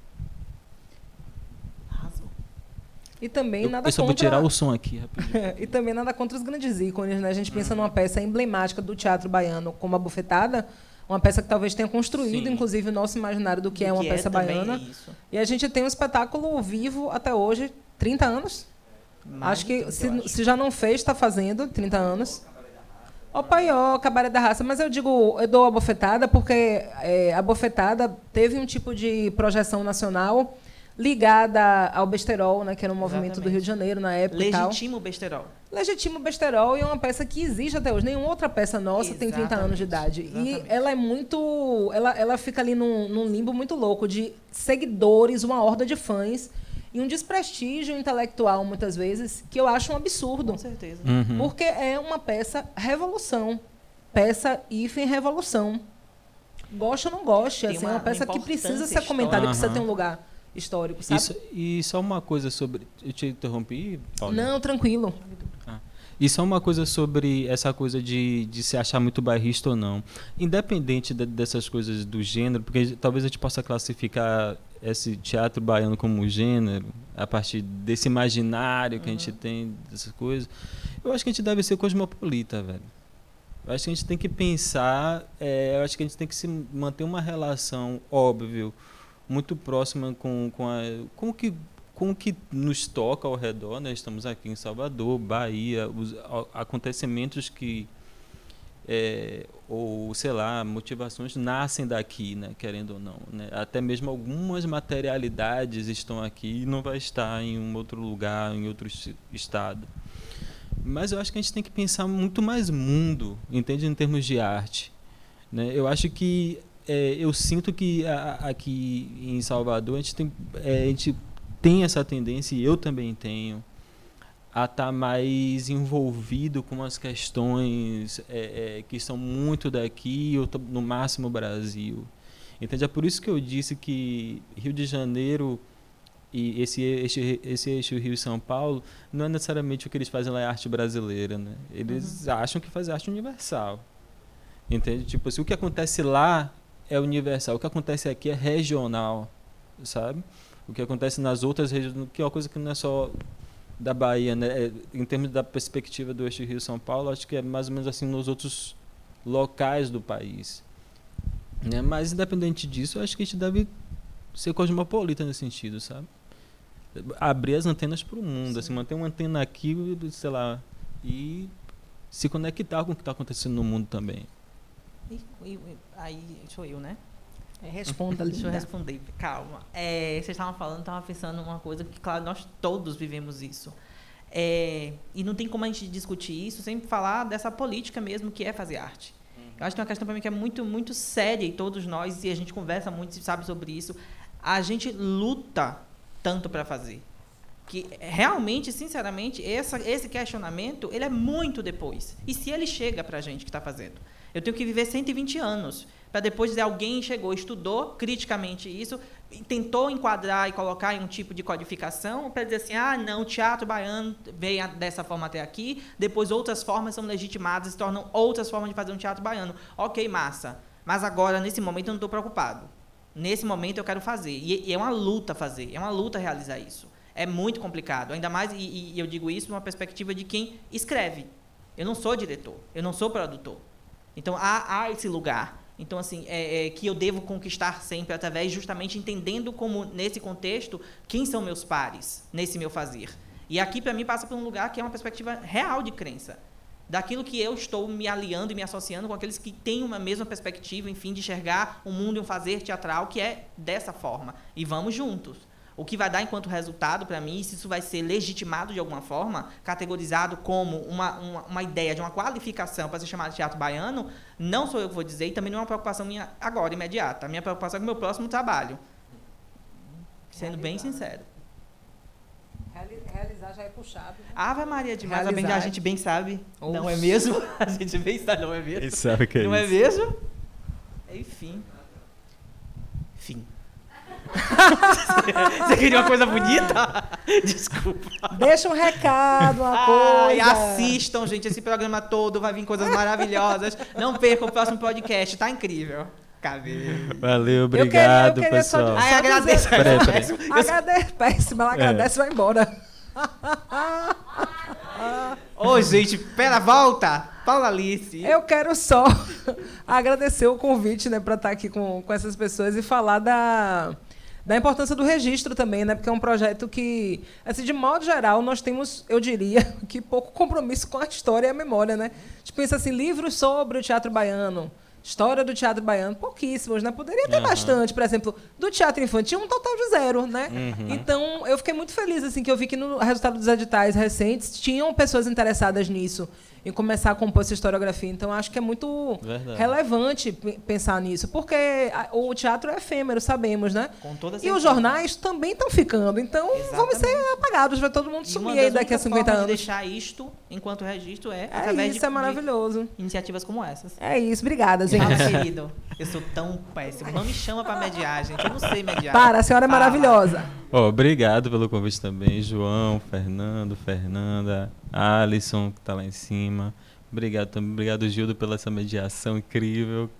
E também Eu, nada eu só contra... vou tirar o som aqui rapidinho. E também nada contra os grandes ícones, né? A gente pensa numa peça emblemática do teatro baiano, como A Bofetada, uma peça que talvez tenha construído, Sim. inclusive, o nosso imaginário do que Do é uma que é peça também baiana. isso. E a gente tem um espetáculo vivo até hoje, trinta anos. Mais acho que, do se, eu acho. se já não fez, está fazendo trinta anos. Ó Paió, Cabaré da Raça. Mas eu digo, eu dou a bofetada porque é, a bofetada teve um tipo de projeção nacional ligada ao besterol, né, que era um movimento Exatamente. do Rio de Janeiro na época e tal. Legítimo besterol. Legítimo besterol e é uma peça que existe até hoje. Nenhuma outra peça nossa tem trinta anos de idade. Exatamente. E ela é muito... Ela, ela fica ali num, num limbo muito louco de seguidores, uma horda de fãs e um desprestígio intelectual, muitas vezes, que eu acho um absurdo. Com certeza. Uhum. Porque é uma peça revolução. Peça hífen revolução. Goste ou não goste. Tem Assim, é uma- uma peça uma que precisa importância ser comentada, histórica. precisa ter um Aham. lugar histórico, sabe? Isso, e só uma coisa sobre... Eu te interrompi, Paulo? Não, tranquilo. E só uma coisa sobre essa coisa de, de se achar muito bairrista ou não. Independente de, dessas coisas do gênero, porque talvez a gente possa classificar esse teatro baiano como gênero, a partir desse imaginário que uhum. a gente tem dessas coisas, eu acho que a gente deve ser cosmopolita, velho. Eu acho que a gente tem que pensar, é, eu acho que a gente tem que se manter uma relação, óbvio, muito próxima com, com, a, com o que... com o que nos toca ao redor, né? Estamos aqui em Salvador, Bahia, os acontecimentos que, é, ou sei lá, motivações nascem daqui, né? Querendo ou não, né? Até mesmo algumas materialidades estão aqui e não vai estar em um outro lugar, em outro estado. Mas eu acho que a gente tem que pensar muito mais mundo, entende? Em termos de arte, né? Eu acho que, é, eu sinto que a, aqui em Salvador a gente tem, é, a gente tem essa tendência, e eu também tenho, a estar tá mais envolvido com as questões é, é, que são muito daqui, ou no máximo Brasil. Entende? É por isso que eu disse que Rio de Janeiro e esse eixo, esse eixo Rio e São Paulo não é necessariamente o que eles fazem lá é arte brasileira, né? Eles uhum. acham que fazem arte universal. Entende? Tipo assim, o que acontece lá é universal, o que acontece aqui é regional, sabe? O que acontece nas outras regiões, que é uma coisa que não é só da Bahia, né? É, em termos da perspectiva do eixo Rio-São Paulo, acho que é mais ou menos assim nos outros locais do país, né? Mas, independente disso, eu acho que a gente deve ser cosmopolita nesse sentido, sabe? Abrir as antenas para o mundo, Sim. assim, manter uma antena aqui, sei lá, e se conectar com o que está acontecendo no mundo também. E, e, aí, sou eu, né? É, responda, Deixa eu responder, calma. É, vocês estavam falando, estava pensando uma coisa que, claro, nós todos vivemos isso. É, e não tem como a gente discutir isso sem falar dessa política mesmo que é fazer arte. Eu acho que é uma questão para mim que é muito, muito séria e todos nós, e a gente conversa muito e sabe sobre isso, a gente luta tanto para fazer. Que realmente, sinceramente, essa, esse questionamento, ele é muito depois. E se ele chega para a gente que está fazendo? Eu tenho que viver cento e vinte anos para depois dizer alguém chegou, estudou criticamente isso, tentou enquadrar e colocar em um tipo de codificação para dizer assim, ah, não, o teatro baiano veio dessa forma até aqui, depois outras formas são legitimadas e se tornam outras formas de fazer um teatro baiano. Ok, massa, mas agora, nesse momento, eu não estou preocupado. Nesse momento, eu quero fazer. E, e é uma luta fazer, é uma luta realizar isso. É muito complicado, ainda mais, e, e eu digo isso numa perspectiva de quem escreve. Eu não sou diretor, eu não sou produtor. Então, há, há esse lugar. Então, assim, é, é, que eu devo conquistar sempre através, justamente entendendo como, nesse contexto, quem são meus pares nesse meu fazer. E aqui, para mim, passa por um lugar que é uma perspectiva real de crença. Daquilo que eu estou me aliando e me associando com aqueles que têm uma mesma perspectiva, enfim, de enxergar um mundo e um fazer teatral que é dessa forma. E vamos juntos. O que vai dar enquanto resultado para mim, se isso vai ser legitimado de alguma forma, categorizado como uma, uma, uma ideia de uma qualificação para ser chamado de teatro baiano, não sou eu que vou dizer e também não é uma preocupação minha agora, imediata. A minha preocupação é com o meu próximo trabalho. Sendo bem sincero. Realizar já é puxado. Ave Maria demais, a, bem, Realizar. a gente bem sabe. Oxe. Não é mesmo? A gente bem sabe, não é mesmo? Quem sabe que é Não isso. é mesmo? Enfim. Fim. Você queria uma coisa bonita? Desculpa. Deixa um recado, uma Ai, coisa. assistam, gente, esse programa todo, vai vir coisas maravilhosas. Não percam o próximo podcast, tá incrível. Cabelo. Valeu, Eu queria- obrigado, eu queria só pessoal. dizer- Ai, agradeço. Peraí, peraí. Agradece, péssima, ela agradece e vai embora. Ô, gente, pera, volta. Paula Alice. Eu quero só agradecer o convite, né, para estar aqui com, com essas pessoas e falar da, da importância do registro também, né, porque é um projeto que, assim, de modo geral, nós temos, eu diria, que pouco compromisso com a história e a memória, né? A gente pensa assim, livros sobre o teatro baiano, história do teatro baiano, pouquíssimos, né? Poderia ter Uhum. bastante, por exemplo, do teatro infantil, um total de zero, né? Uhum. Então, eu fiquei muito feliz, assim, que eu vi que no resultado dos editais recentes tinham pessoas interessadas nisso, em começar a compor essa historiografia. Então, acho que é muito Verdade. relevante p- pensar nisso, porque a- o teatro é efêmero, sabemos, né? Com toda E certeza. os jornais também estão ficando, então vamos ser Exatamente. apagados, vai todo mundo E uma sumir aí das daqui a únicas cinquenta formas anos. de deixar isto enquanto registro é, É através isso, de, é maravilhoso. de iniciativas como essas. É isso, obrigada, gente. Fala, querido. Eu sou tão péssimo. Não me chama pra mediar, gente. Eu não sei mediar. Para, a senhora é Fala. maravilhosa. Ó, obrigado pelo convite também, João, Fernando, Fernanda, Alisson, que tá lá em cima. Obrigado também, obrigado, Gildo, pela essa mediação incrível.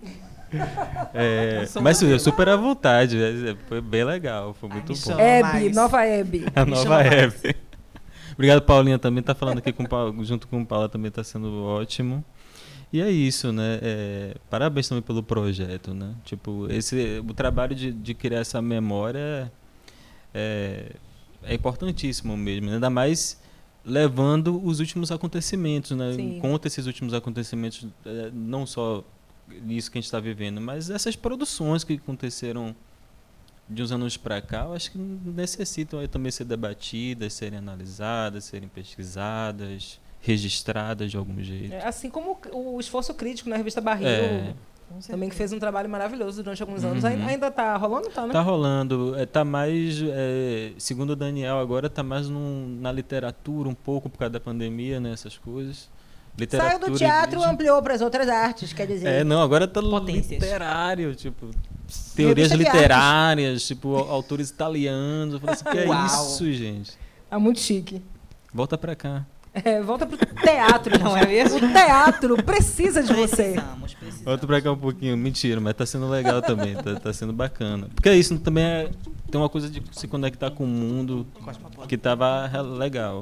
É, Eu sou mas modelo. super à vontade, é, foi bem legal, foi Ai, muito me bom. chama. Hebe, mais. nova Hebe. A Me nova chama mais. Hebe. Obrigado, Paulinha, também tá falando aqui com o Paulo, junto com o Paula, também tá sendo ótimo. E é isso, né? É, parabéns também pelo projeto, né? Tipo, esse, o trabalho de, de criar essa memória é, é importantíssimo mesmo, né? Ainda mais levando os últimos acontecimentos, né? Sim. Conta esses últimos acontecimentos, é, não só isso que a gente está vivendo, mas essas produções que aconteceram de uns anos para cá, eu acho que necessitam aí também ser debatidas, serem analisadas, serem pesquisadas, registradas de algum jeito. É, assim como o o esforço crítico na revista Barril, É. também que fez um trabalho maravilhoso durante alguns anos. Uhum. Ai- Ainda tá rolando, tá, né? Tá rolando, é, tá mais, é, segundo o Daniel agora, tá mais num, na literatura um pouco por causa da pandemia, né, essas coisas. Saiu do e teatro, vídeo. ampliou para as outras artes, quer dizer. É, não, agora tá Potências. literário, tipo, teorias Revista de literárias, tipo, autores italianos. Eu falei assim, que é Uau. isso, gente? É muito chique. Volta pra cá. É, volta pro teatro. Não é mesmo? O teatro precisa de você. Precisamos, precisamos. Volta pra cá um pouquinho. Mentira, mas tá sendo legal também, tá, tá sendo bacana. Porque isso também é, tem uma coisa de se conectar com o mundo que tava re- legal.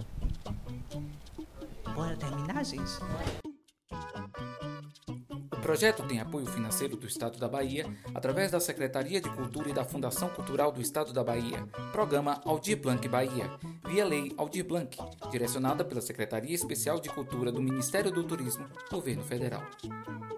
Bora terminar, gente? O projeto tem apoio financeiro do Estado da Bahia através da Secretaria de Cultura e da Fundação Cultural do Estado da Bahia, Programa Aldir Blanc Bahia, via Lei Aldir Blanc, direcionada pela Secretaria Especial de Cultura do Ministério do Turismo, Governo Federal.